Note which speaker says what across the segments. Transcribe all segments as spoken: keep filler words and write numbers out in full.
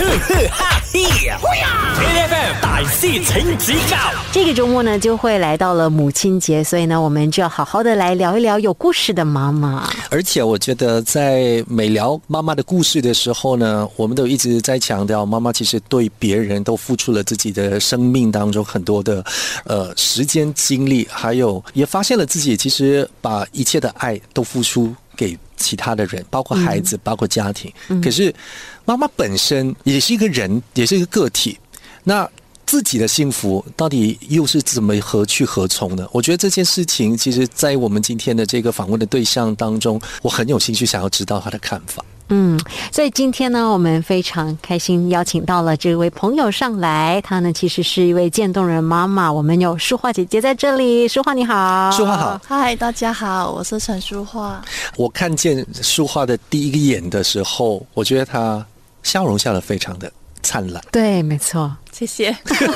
Speaker 1: ，A F M 大師請指教。
Speaker 2: 这个周末呢，就会来到了母亲节，所以呢，我们就要好好的来聊一聊有故事的妈妈。
Speaker 3: 而且我觉得，在每聊妈妈的故事的时候呢，我们都一直在强调，妈妈其实对别人都付出了自己的生命当中很多的呃时间、精力，还有也发现了自己其实把一切的爱都付出给其他的人，包括孩子，嗯、包括家庭。嗯、可是妈妈本身也是一个人，也是一个个体。那自己的幸福到底又是怎么何去何从呢？我觉得这件事情，其实在我们今天的这个访问的对象当中，我很有兴趣想要知道他的看法。
Speaker 2: 嗯，所以今天呢，我们非常开心邀请到了这位朋友上来，她呢其实是一位渐冻人妈妈。我们有淑桦姐姐在这里，淑桦你好。
Speaker 3: 淑桦好。
Speaker 4: 嗨，大家好，我是陈淑桦。
Speaker 3: 我看见淑桦的第一个眼的时候，我觉得她笑容笑得非常的灿烂。
Speaker 2: 对，没错，
Speaker 4: 谢谢。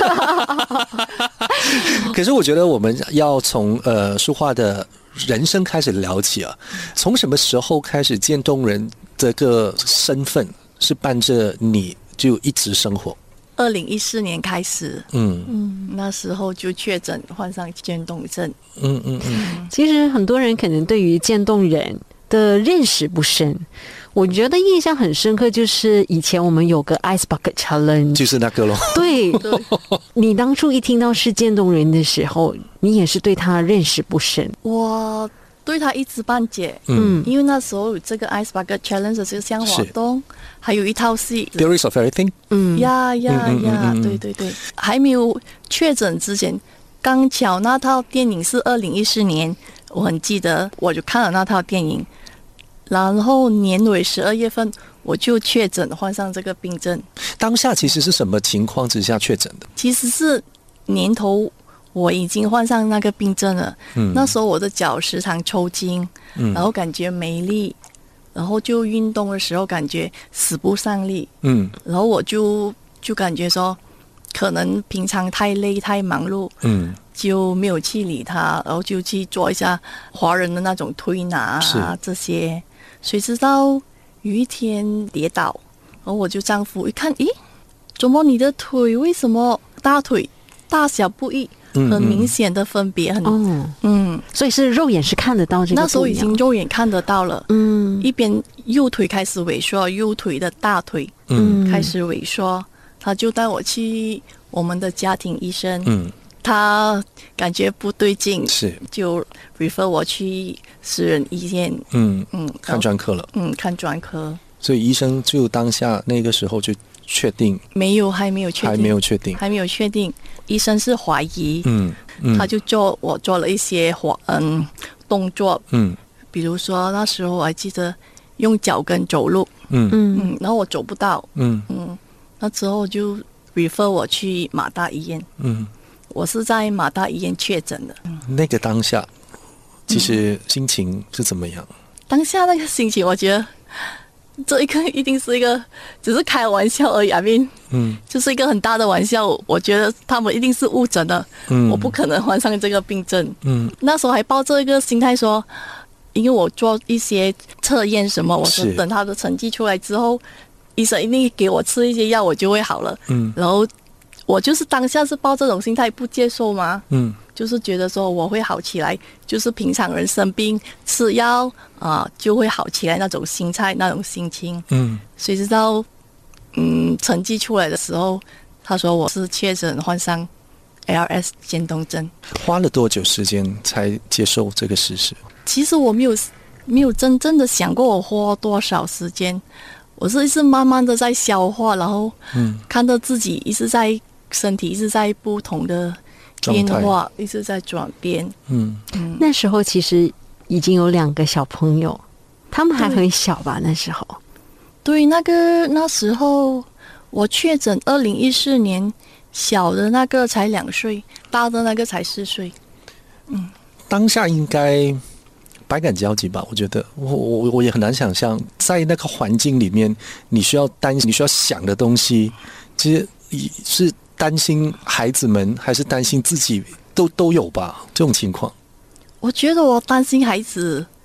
Speaker 3: 可是我觉得我们要从呃淑桦的人生开始聊起啊，从什么时候开始渐冻人这个身份是伴着你就一直生活？
Speaker 4: 二零一四年开始，
Speaker 3: 嗯
Speaker 4: 嗯，那时候就确诊患上渐冻症。
Speaker 3: 嗯嗯嗯。
Speaker 2: 其实很多人可能对于渐冻人的认识不深。我觉得印象很深刻，就是以前我们有个 Ice Bucket Challenge，
Speaker 3: 就是那个咯。
Speaker 2: 对，你当初一听到是渐冻人的时候，你也是对他认识不深。
Speaker 4: 我对他一知半解，
Speaker 3: 嗯，
Speaker 4: 因为那时候有这个 Ice Bucket Challenge 这项活动，还有一套戏
Speaker 3: Theories of Everything，
Speaker 4: 嗯呀呀呀，对对对，还没有确诊之前，刚巧那套电影是二零一四年，我很记得，我就看了那套电影。然后年尾十二月份我就确诊患上这个病症。
Speaker 3: 当下其实是什么情况之下确诊的？
Speaker 4: 其实是年头我已经患上那个病症了。嗯，那时候我的脚时常抽筋，嗯，然后感觉没力，然后就运动的时候感觉使不上力，嗯，然后我就就感觉说，可能平常太累太忙碌，嗯。就没有去理他，然后就去做一下华人的那种推拿啊这些。谁知道有一天跌倒，然后我就丈夫一看，咦，怎么你的腿为什么大腿大小不一，很明显的分别，很
Speaker 2: 嗯嗯，所以是肉眼是看得到这个。
Speaker 4: 那时候已经肉眼看得到了，嗯，一边右腿开始萎缩，右腿的大腿嗯开始萎缩，他就带我去我们的家庭医生，嗯。他感觉不对劲，
Speaker 3: 是
Speaker 4: 就 refer 我去私人医院，
Speaker 3: 嗯嗯，看专科了，
Speaker 4: 嗯，看专科。
Speaker 3: 所以医生就当下那个时候就确定，
Speaker 4: 没有，还没有确定，
Speaker 3: 还没有确定，
Speaker 4: 还没有确定。医生是怀疑，嗯，嗯他就做我做了一些嗯动作，嗯，比如说那时候我还记得用脚跟走路，嗯嗯，然后我走不到，嗯嗯，那之后就 refer 我去马大医院，嗯。我是在马大医院确诊的。
Speaker 3: 那个当下，其实心情是怎么样？
Speaker 4: 嗯、当下那个心情，我觉得这一个一定是一个只是开玩笑而已。I mean， 嗯，就是一个很大的玩笑。我觉得他们一定是误诊的，嗯，我不可能患上这个病症。嗯，那时候还抱着一个心态说，因为我做一些测验什么，我说等他的成绩出来之后，医生一定给我吃一些药，我就会好了。嗯，然后。我就是当下是抱这种心态不接受嘛，嗯，就是觉得说我会好起来，就是平常人生病吃药啊、呃、就会好起来那种心态那种心情，嗯，谁知道，嗯，成绩出来的时候，他说我是确诊患上 A L S 渐冻症。
Speaker 3: 花了多久时间才接受这个事实？
Speaker 4: 其实我没有没有真正的想过我花多少时间，我是一直慢慢的在消化，然后看到自己一直在。身体一直在不同的变化，一直在转变。嗯
Speaker 2: 嗯，那时候其实已经有两个小朋友，他们还很小吧？那时候，
Speaker 4: 对，那个那时候我确诊，二零一四年，小的那个才两岁，大的那个才四岁。
Speaker 3: 嗯，当下应该百感交集吧？我觉得，我我我也很难想象，在那个环境里面，你需要担心、你需要想的东西，其实是。担心孩子们还是担心自己都都有吧？这种情况，
Speaker 4: 我觉得我担心孩子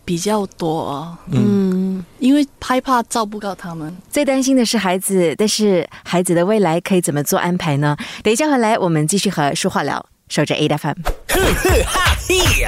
Speaker 4: 比较多，嗯，因为害怕照不到他们。
Speaker 5: 最担心的是孩子，但是孩子的未来可以怎么做安排呢？等一下回来，我们继续和舒华聊。守着 A F M，
Speaker 1: A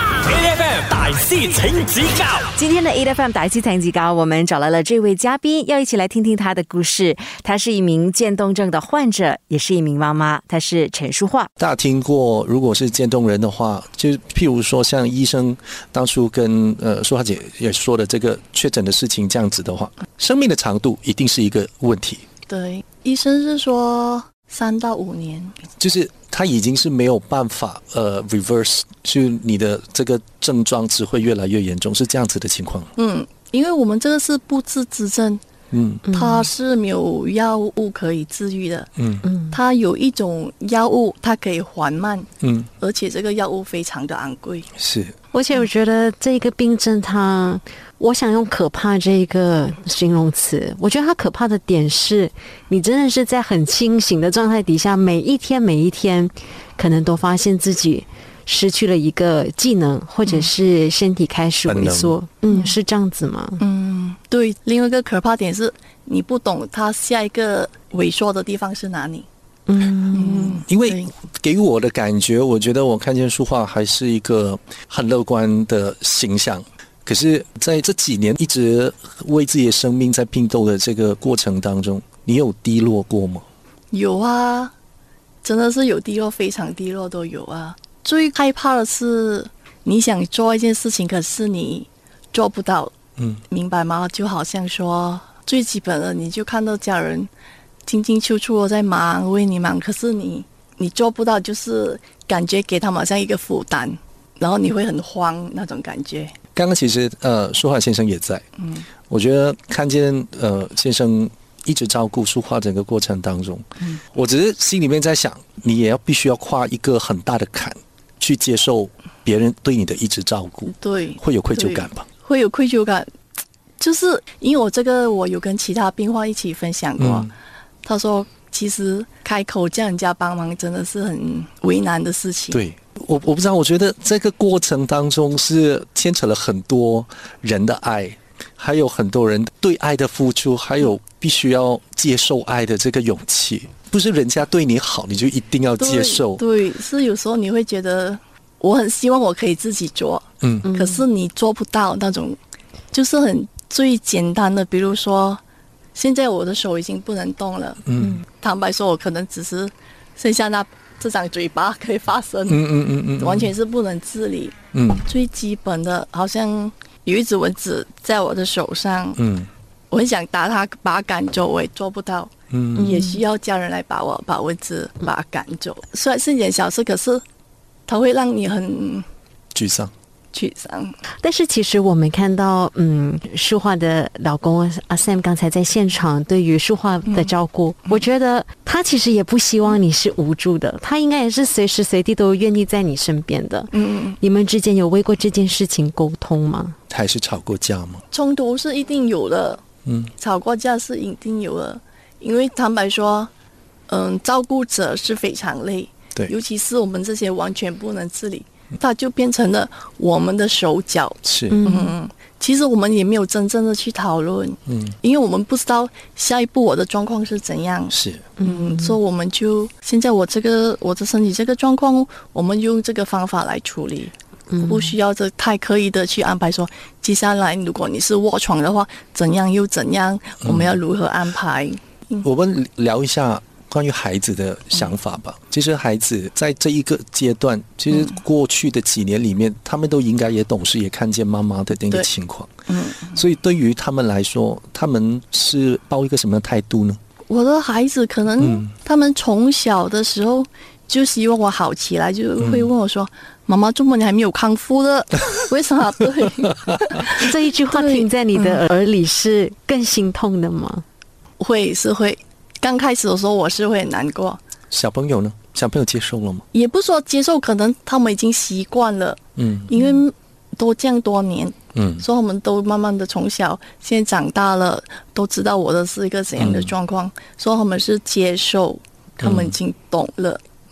Speaker 1: F M 大師請指教。
Speaker 5: 今天的 A F M 大師請指教，我們找來了這位嘉賓，要一起來聽聽他的故事。他是一名漸凍症的患者，也是一名媽媽。他是陳淑華。
Speaker 3: 大家聽過，如果是漸凍人的話，就譬如說，像醫生當初跟呃淑華姐也說的這個確診的事情，這樣子的話，生命的長度一定是一個問題。
Speaker 4: 對，醫生是說三到五年，
Speaker 3: 就是他已經是沒有辦法呃 reverse， 就你的這個症狀只會越來越嚴重，是這樣子的情況。
Speaker 4: 嗯，因為我們這個是不治之症，嗯，它是沒有藥物可以治癒的，嗯嗯，它有一種藥物，它可以緩慢，嗯，而且這個藥物非常的昂貴，
Speaker 3: 是。
Speaker 2: 而且我覺得這個病症它，我想用可怕這個形容詞，我覺得它可怕的點是，你真的是在很清醒的狀態底下，每一天每一天，可能都發現自己失去了一個技能，或者是身體開始萎縮。嗯，是這樣子嗎？
Speaker 4: 嗯，對。另外一個可怕點是，你不懂它下一個萎縮的地方是哪裡。
Speaker 3: 嗯，因為給我的感覺，我覺得我看見淑華還是一個很樂觀的形象。可是在這幾年一直為自己的生命在拼鬥的這個過程當中，你有低落過嗎？
Speaker 4: 有啊，真的是有低落，非常低落都有啊。最害怕的是你想做一件事情，可是你做不到，嗯，明白嗎？就好像說最基本的，你就看到家人清清楚楚的在忙，為你忙，可是你你做不到，就是感覺給他們好像一個負擔，然後你會很慌那種感覺。
Speaker 3: 剛剛其實呃淑華先生也在，嗯，我覺得看見呃先生一直照顧淑華整個過程當中，嗯，我只是心裡面在想，你也要必須要跨一個很大的坎，去接受別人對你的一直照顧，
Speaker 4: 對，
Speaker 3: 會有愧疚感吧？
Speaker 4: 會有愧疚感，就是因為我這個我有跟其他病患一起分享過。嗯，他說其實開口叫人家幫忙真的是很為難的事情。
Speaker 3: 對，我我不知道，我覺得這個過程當中是牽扯了很多人的愛，還有很多人對愛的付出，還有必須要接受愛的這個勇氣。不是人家對你好你就一定要接受。
Speaker 4: 對，對，是有時候你會覺得我很希望我可以自己做，嗯，可是你做不到那種，就是很最簡單的，比如說現在我的手已經不能動了，嗯，坦白說我可能只是剩下那這張嘴巴可以發聲，嗯嗯嗯嗯，完全是不能自理，嗯，最基本的好像有一隻蚊子在我的手上，嗯，我很想打它把它趕走，我也做不到，嗯，也需要家人來把我把蚊子把它趕走，雖然是一件小事，可是它會讓你很
Speaker 3: 沮喪。
Speaker 4: 沮喪。
Speaker 2: 但是其實我們看到，嗯，淑華的老公阿 Sam 剛才在現場對於淑華的照顧，嗯，我覺得他其實也不希望你是無助的，他應該也是隨時隨地都願意在你身邊的。嗯，你們之間有為過這件事情溝通嗎？
Speaker 3: 還是吵過架嗎？
Speaker 4: 衝突是一定有的，嗯，吵過架是一定有的，因為坦白說，嗯，照顧者是非常累，對，尤其是我們這些完全不能自理。它就變成了我們的手腳，
Speaker 3: 是，
Speaker 4: 嗯，其實我們也沒有真正的去討論，嗯，因為我們不知道下一步我的狀況是怎樣，
Speaker 3: 是，
Speaker 4: 嗯，所以我們就現在我這個我的身體這個狀況，我們用這個方法來處理，嗯，不需要這太刻意的去安排說，接下來如果你是臥床的話，怎樣又怎樣，我們要如何安排？
Speaker 3: 嗯，我們聊一下關於孩子的想法吧。其實孩子在這一個階段，其實過去的幾年裡面，他們都應該也懂事，也看見媽媽的那個情況。嗯，所以對於他們來說，他們是抱一個什麼態度呢？
Speaker 4: 我的孩子可能他們從小的時候就希望我好起來，就會問我說：“媽媽，怎麼你還沒有康復的？為什麼？”對，
Speaker 2: 這一句話聽在你的耳裡是更心痛的嗎？
Speaker 4: 會，是會。剛開始的時候我是會很難過。
Speaker 3: 小朋友呢？小朋友接受了嗎？
Speaker 4: 也不說接受，可能他們已經習慣了。嗯，因為都這樣多年，嗯，所以我們都慢慢的從小現在長大了，都知道我的是一個怎樣的狀況，嗯，所以他們是接受，他們已經懂了。嗯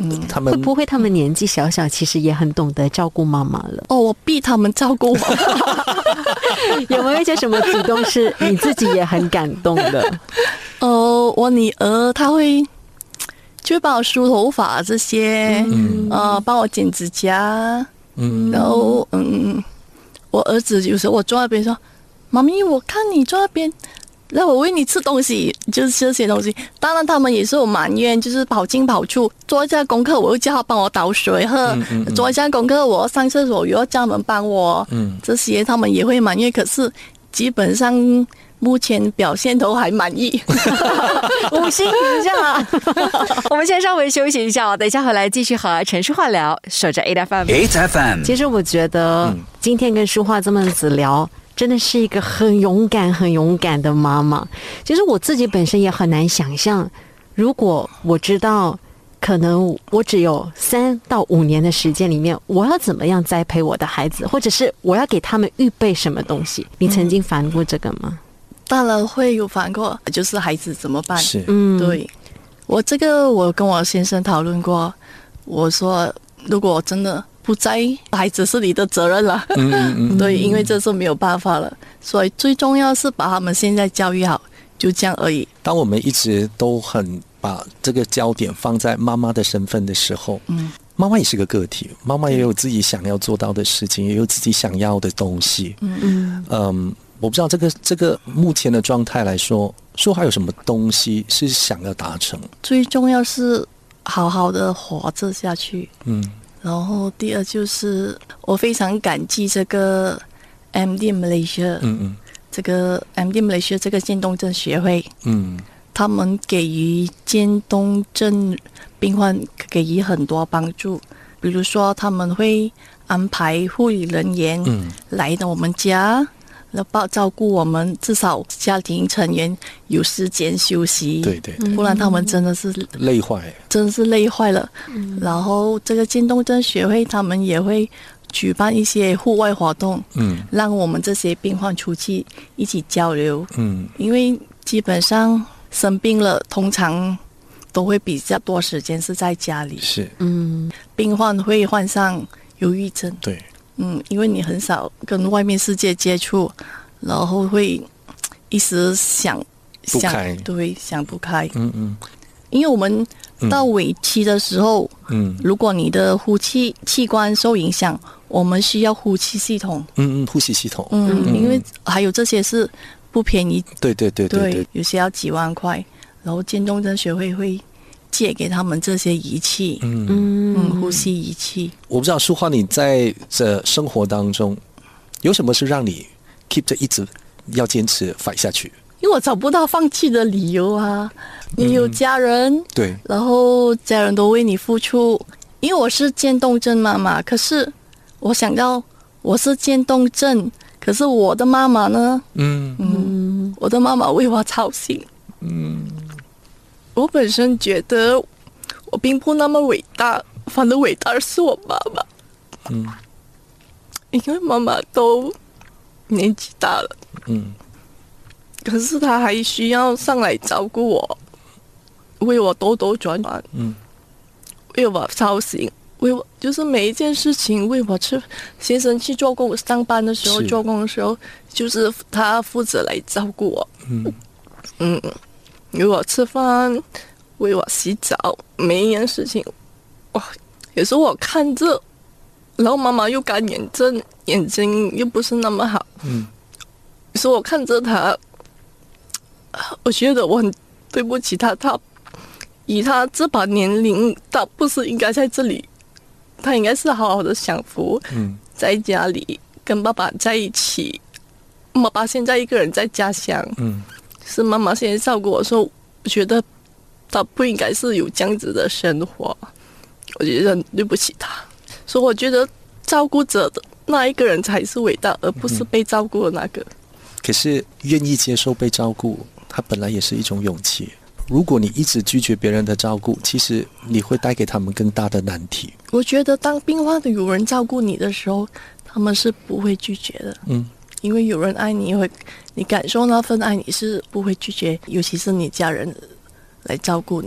Speaker 3: 嗯，他们
Speaker 2: 会不会他们年纪小小，其实也很懂得照顾妈妈了？
Speaker 4: 哦，我逼他们照顾我。
Speaker 2: 有没有一些什么举动是你自己也很感动的？
Speaker 4: 呃，我女儿她会就会帮我梳头发这些，嗯、呃，帮我剪指甲，嗯，然后嗯，我儿子有时候我坐那边说，妈咪，我看你坐那边。来，我喂你吃东西，就是这些东西。当然，他们也是有埋怨，就是跑进跑出，做一下功课，我又叫他帮我倒水喝；嗯嗯嗯做一下功课，我要上厕所，又要叫他们帮我。嗯，这些他们也会埋怨，可是基本上目前表现都还满意。
Speaker 2: 五星评价。
Speaker 5: 我们先稍微休息一下哦，等一下回来继续和陈淑桦聊。守着 eight F M。eight
Speaker 1: F M。
Speaker 2: 其实我觉得今天跟淑桦这么子聊。真的是一个很勇敢、很勇敢的妈妈。其实我自己本身也很难想象，如果我知道可能我只有三到五年的时间里面，我要怎么样栽培我的孩子，或者是我要给他们预备什么东西。你曾经烦过这个吗？
Speaker 4: 当然会有烦过，就是孩子怎么办？
Speaker 3: 是，
Speaker 2: 嗯，
Speaker 4: 对，我这个我跟我先生讨论过，我说如果真的不在，孩子是你的责任了。嗯嗯嗯对，因为这是没有办法了，所以最重要是把他们现在教育好，就这样而已。
Speaker 3: 当我们一直都很把这个焦点放在妈妈的身份的时候，嗯，妈妈也是个个体，妈妈也有自己想要做到的事情，也有自己想要的东西。嗯嗯嗯，我不知道这个这个目前的状态来说，说还有什么东西是想要达成？
Speaker 4: 最重要是好好的活着下去。嗯。然后第二就是我非常感激这个 M D Malaysia， 嗯嗯，这个 M D Malaysia 这个渐冻症学会，嗯，他们给予渐冻症病患给予很多帮助，比如说他们会安排护理人员来到我们家。要照顾我们，至少家庭成员有时间休息，
Speaker 3: 对对，
Speaker 4: 不然他们真的是
Speaker 3: 累坏，
Speaker 4: 真的是累坏了。嗯、然后这个渐冻症学会他们也会举办一些户外活动，嗯，让我们这些病患出去一起交流，嗯，因为基本上生病了，通常都会比较多时间是在家里，
Speaker 3: 是，
Speaker 4: 嗯，病患会患上忧郁症，
Speaker 3: 对。
Speaker 4: 嗯，因为你很少跟外面世界接触，然后会一时想
Speaker 3: 不开，
Speaker 4: 对，想不开。嗯嗯，因为我们到尾期的时候，嗯，如果你的呼气器官受影响，我们需要呼吸系统。
Speaker 3: 嗯嗯，呼吸系统。
Speaker 4: 嗯，嗯因为还有这些是不便宜。
Speaker 3: 对对对对 对,
Speaker 4: 对，有些要几万块，然后渐冻症学会会借给他们这些仪器，嗯嗯，呼吸仪器。
Speaker 3: 我不知道淑桦，你在这生活当中有什么是让你 keep 着一直要坚持fight下去？
Speaker 4: 因为我找不到放弃的理由啊。你有家人，嗯、
Speaker 3: 对，
Speaker 4: 然后家人都为你付出。因为我是渐冻症妈妈，可是我想到我是渐冻症，可是我的妈妈呢？嗯嗯，我的妈妈为我操心。嗯。我本身觉得我并不那么伟大，反正伟大的是我妈妈。嗯，因为妈妈都年纪大了，嗯，可是她还需要上来照顾我，为我兜兜转转，嗯，为我操心，为我就是每一件事情为我吃。先生去做工上班的时候，做工的时候，就是他负责来照顾我。嗯嗯。为我吃饭，为我洗澡，每一件事情，哇，有时候我看着，然后妈妈又干眼症，眼睛又不是那么好，嗯，有时候我看着她，我觉得我很对不起她，她以她这把年龄，她不是应该在这里，她应该是好好的享福，嗯，在家里跟爸爸在一起，爸爸现在一个人在家乡，嗯。是妈妈现在照顾我说，我觉得她不应该是有这样子的生活，我觉得很对不起她。所以我觉得照顾者的那一个人才是伟大，而不是被照顾的那个。
Speaker 3: 可是愿意接受被照顾，它本来也是一种勇气。如果你一直拒绝别人的照顾，其实你会带给他们更大的难题。
Speaker 4: 我觉得当病患的有人照顾你的时候，他们是不会拒绝的。嗯。因为有人爱你，会你感受那份爱，你是不会拒绝，尤其是你家人来照顾你。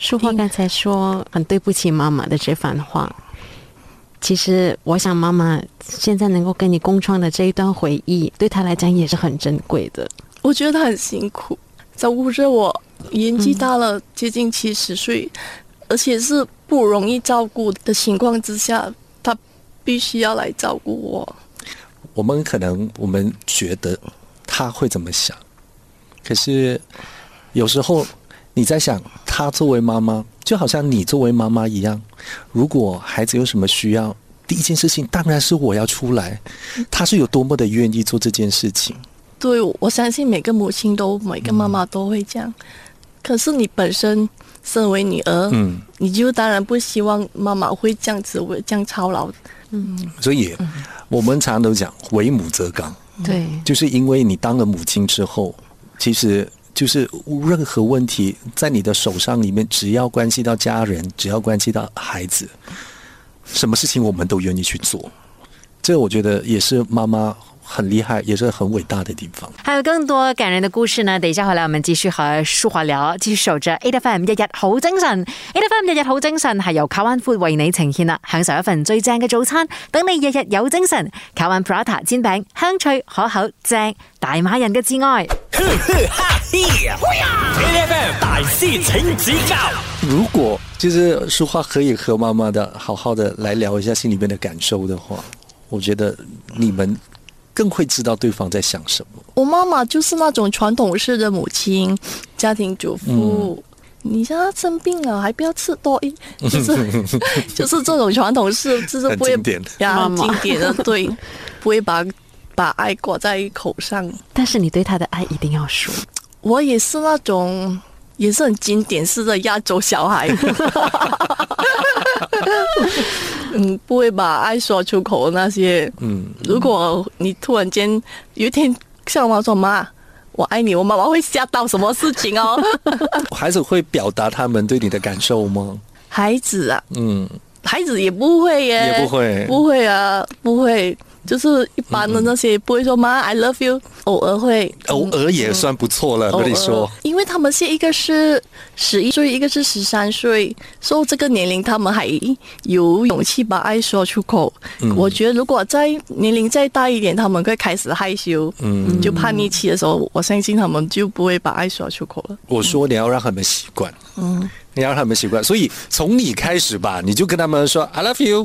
Speaker 2: 淑华刚才说很对不起妈妈的这番话，其实我想妈妈现在能够跟你共创的这一段回忆，对她来讲也是很珍贵的。
Speaker 4: 我觉得她很辛苦，照顾着我，年纪大了，嗯、接近七十岁，而且是不容易照顾的情况之下，她必须要来照顾我。
Speaker 3: 我们可能我们觉得她会怎么想，可是有时候你在想，她作为妈妈，就好像你作为妈妈一样，如果孩子有什么需要，第一件事情当然是我要出来。她是有多么的愿意做这件事情。
Speaker 4: 对，我相信每个母亲都每个妈妈都会这样、嗯、可是你本身身为女儿、嗯、你就当然不希望妈妈会这样子这样操劳。
Speaker 3: 嗯，所以我们常常都讲为母则刚，
Speaker 2: 对，
Speaker 3: 就是因为你当了母亲之后，其实就是任何问题在你的手上里面，只要关系到家人，只要关系到孩子，什么事情我们都愿意去做。这我觉得也是妈妈很厉害，也是很伟大的地方。
Speaker 5: 还有更多感人的故事呢，等一下回來我們繼續和淑華聊，繼續守着 A F M 日日好精神。 A F M 日日好精神係由卡灣 Food 為你呈現啦，享受一份最正嘅早餐，等你日日有精神。卡灣 Prata 煎餅，香脆可口正，大馬人嘅摯愛。
Speaker 1: A F M 大師請指教。
Speaker 3: 如果就是淑華可以和媽媽的好好的來聊一下心裡面的感受的話，我覺得你們更會知道對方在想什麼。
Speaker 4: 我媽媽就是那種傳統式的母親，家庭主婦、嗯、你像她生病了還不要吃多一，就是就是這種傳統式，就是不會
Speaker 3: 很經典
Speaker 4: 呀，很經典的，對，不會把把愛掛在口上。
Speaker 2: 但是你對她的愛一定要說。
Speaker 4: 我也是那種也是很經典式的亞洲小孩嗯，不會把愛說出口的那些。嗯，如果你突然間有一天向我媽說媽我愛你，我媽媽會嚇到什麼事情哦
Speaker 3: 孩子會表達他們對你的感受嗎？
Speaker 4: 孩子啊，
Speaker 3: 嗯，
Speaker 4: 孩子也不會耶，
Speaker 3: 也不會，
Speaker 4: 不會啊，不會，就是一般的那些不會說媽 I love you， 偶爾會，
Speaker 3: 偶爾也算不錯了，跟你說，
Speaker 4: 因為他們是一個是十一歲，一個是十三歲，所以這個年齡他們還有勇氣把愛說出口。嗯、我覺得如果在年齡再大一點，他們會開始害羞，嗯，就叛逆期的時候，我相信他們就不會把愛說出口了。
Speaker 3: 我說你要讓他們習慣，嗯。你要讓他們習慣，所以從你開始吧，你就跟他們說 I love you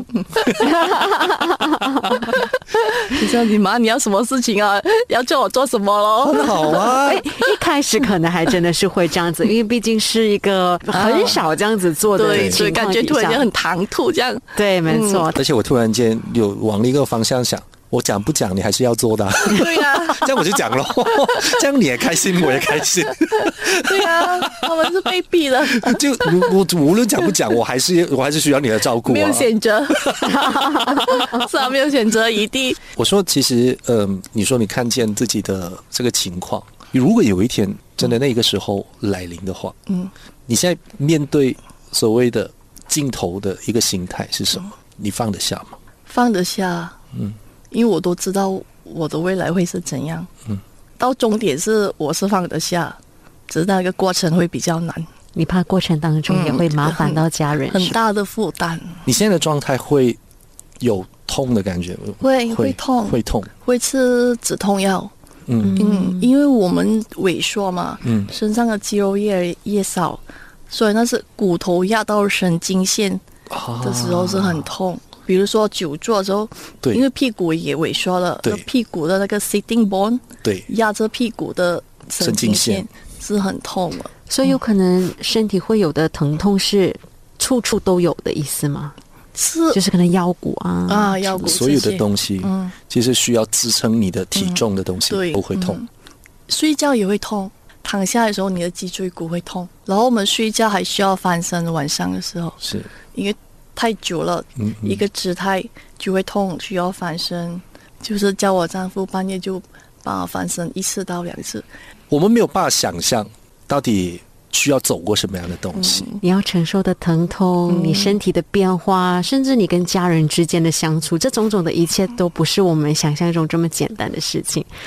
Speaker 4: 你說你媽你要什麼事情啊，要叫我做什麼咯？
Speaker 3: 很好啊
Speaker 2: 一開始可能還真的是會這樣子因為畢竟是一個很少這樣子做的情況底下，
Speaker 4: 對，感覺突然間很唐突這樣。
Speaker 2: 對，沒錯、嗯、
Speaker 3: 而且我突然間有往一個方向想，我講不講你還是要做的、啊、
Speaker 4: 對呀、啊，
Speaker 3: 這樣我就講咯這樣你也開心我也開心
Speaker 4: 對呀、啊，我們是被逼的
Speaker 3: 就我無論講不講我還是我還是需要你的照顧、啊、
Speaker 4: 沒有選擇是啊，沒有選擇餘地。
Speaker 3: 我說其實嗯、呃，你說你看見自己的這個情況，如果有一天真的那個時候來臨的話，嗯，你現在面對所謂的鏡頭的一個心態是什麼、嗯、你放得下嗎？
Speaker 4: 放得下，嗯，因為我都知道我的未來會是怎樣，嗯，到終點是我是放得下，只是那個過程會比較難。
Speaker 2: 你怕過程當中也會麻煩到家人、嗯、很, 很大的負擔。
Speaker 3: 你現在的狀態會有痛的感覺？
Speaker 4: 會會痛
Speaker 3: 會痛，
Speaker 4: 會吃止痛藥。嗯嗯，因為我們萎縮嘛，嗯，身上的肌肉越越少，所以那是骨頭壓到神經線的時候是很痛。啊，比如說久坐的時候，對，因為屁股也萎縮了，對，屁股的那個 sitting bone， 對，壓着屁股的神經線是很痛的，
Speaker 2: 所以有可能身體會有的疼痛是處處都有的意思嗎？
Speaker 4: 是，
Speaker 2: 就是可能腰骨啊
Speaker 4: 啊腰骨，
Speaker 3: 所有的東西，嗯，其實需要支撐你的體重的東西，嗯，都會痛，嗯。
Speaker 4: 睡覺也會痛，躺下的時候你的脊椎骨會痛，然後我們睡覺還需要翻身，晚上的時候是因為太久了，嗯嗯，一個姿態就會痛，需要翻身，就是叫我丈夫半夜就幫我翻身一次到兩次。
Speaker 3: 我們沒有辦法想象到底需要走過什麼樣的東西，
Speaker 2: 嗯，你要承受的疼痛，嗯，你身體的變化，甚至你跟家人之間的相處，這種種的一切都不是我們想象中這麼簡單的事情。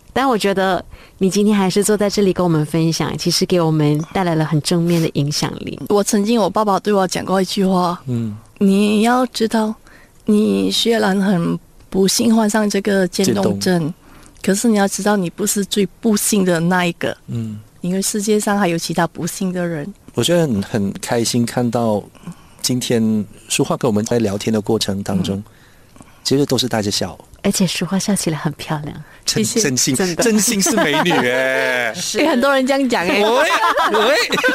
Speaker 2: 但我觉得你今天还是坐在这里跟我们分享，其实给我们带来了很正面的影响力。
Speaker 4: 我曾经我爸爸对我讲过一句话，嗯，你要知道，你虽然很不幸患上这个渐冻症，可是你要知道，你不是最不幸的那一个，嗯，因为世界上还有其他不幸的人。
Speaker 3: 我觉得很很开心看到今天淑桦跟我们在聊天的过程当中，嗯、其实都是带着笑。
Speaker 2: 而且淑桦笑起来很漂亮，
Speaker 3: 真真心真真心是美女哎，
Speaker 4: 是很多人这样讲哎。
Speaker 3: 喂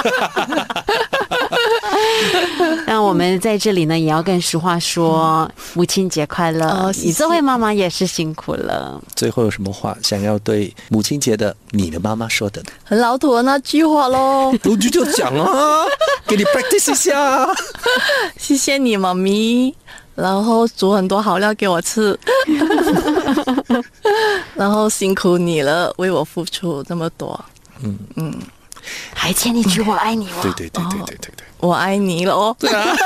Speaker 2: 那我们在这里呢，也要跟淑桦说母亲节快乐！哦、你这位妈妈也是辛苦了。
Speaker 3: 最后有什么话想要对母亲节的你的妈妈说的？
Speaker 4: 很老土的那句话咯，
Speaker 3: 老句就讲啊，给你 practice 一下。
Speaker 4: 谢谢你妈咪。然后煮很多好料给我吃，然后辛苦你了，为我付出这么多，嗯嗯，
Speaker 2: 还欠你句我爱你哦，
Speaker 3: 对对对对对对对，
Speaker 4: 我愛你咯。
Speaker 3: 對啊，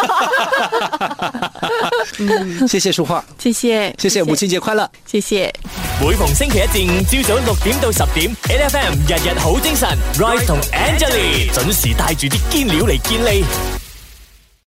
Speaker 3: 嗯，謝謝淑桦，
Speaker 4: 謝謝，
Speaker 3: 謝謝母親節快樂，
Speaker 4: 謝謝。
Speaker 1: 每逢星期一至五朝早六點到十點 ，A F M 日日好精神 ，Rise 同 Angelie 準時帶住啲堅料嚟健利。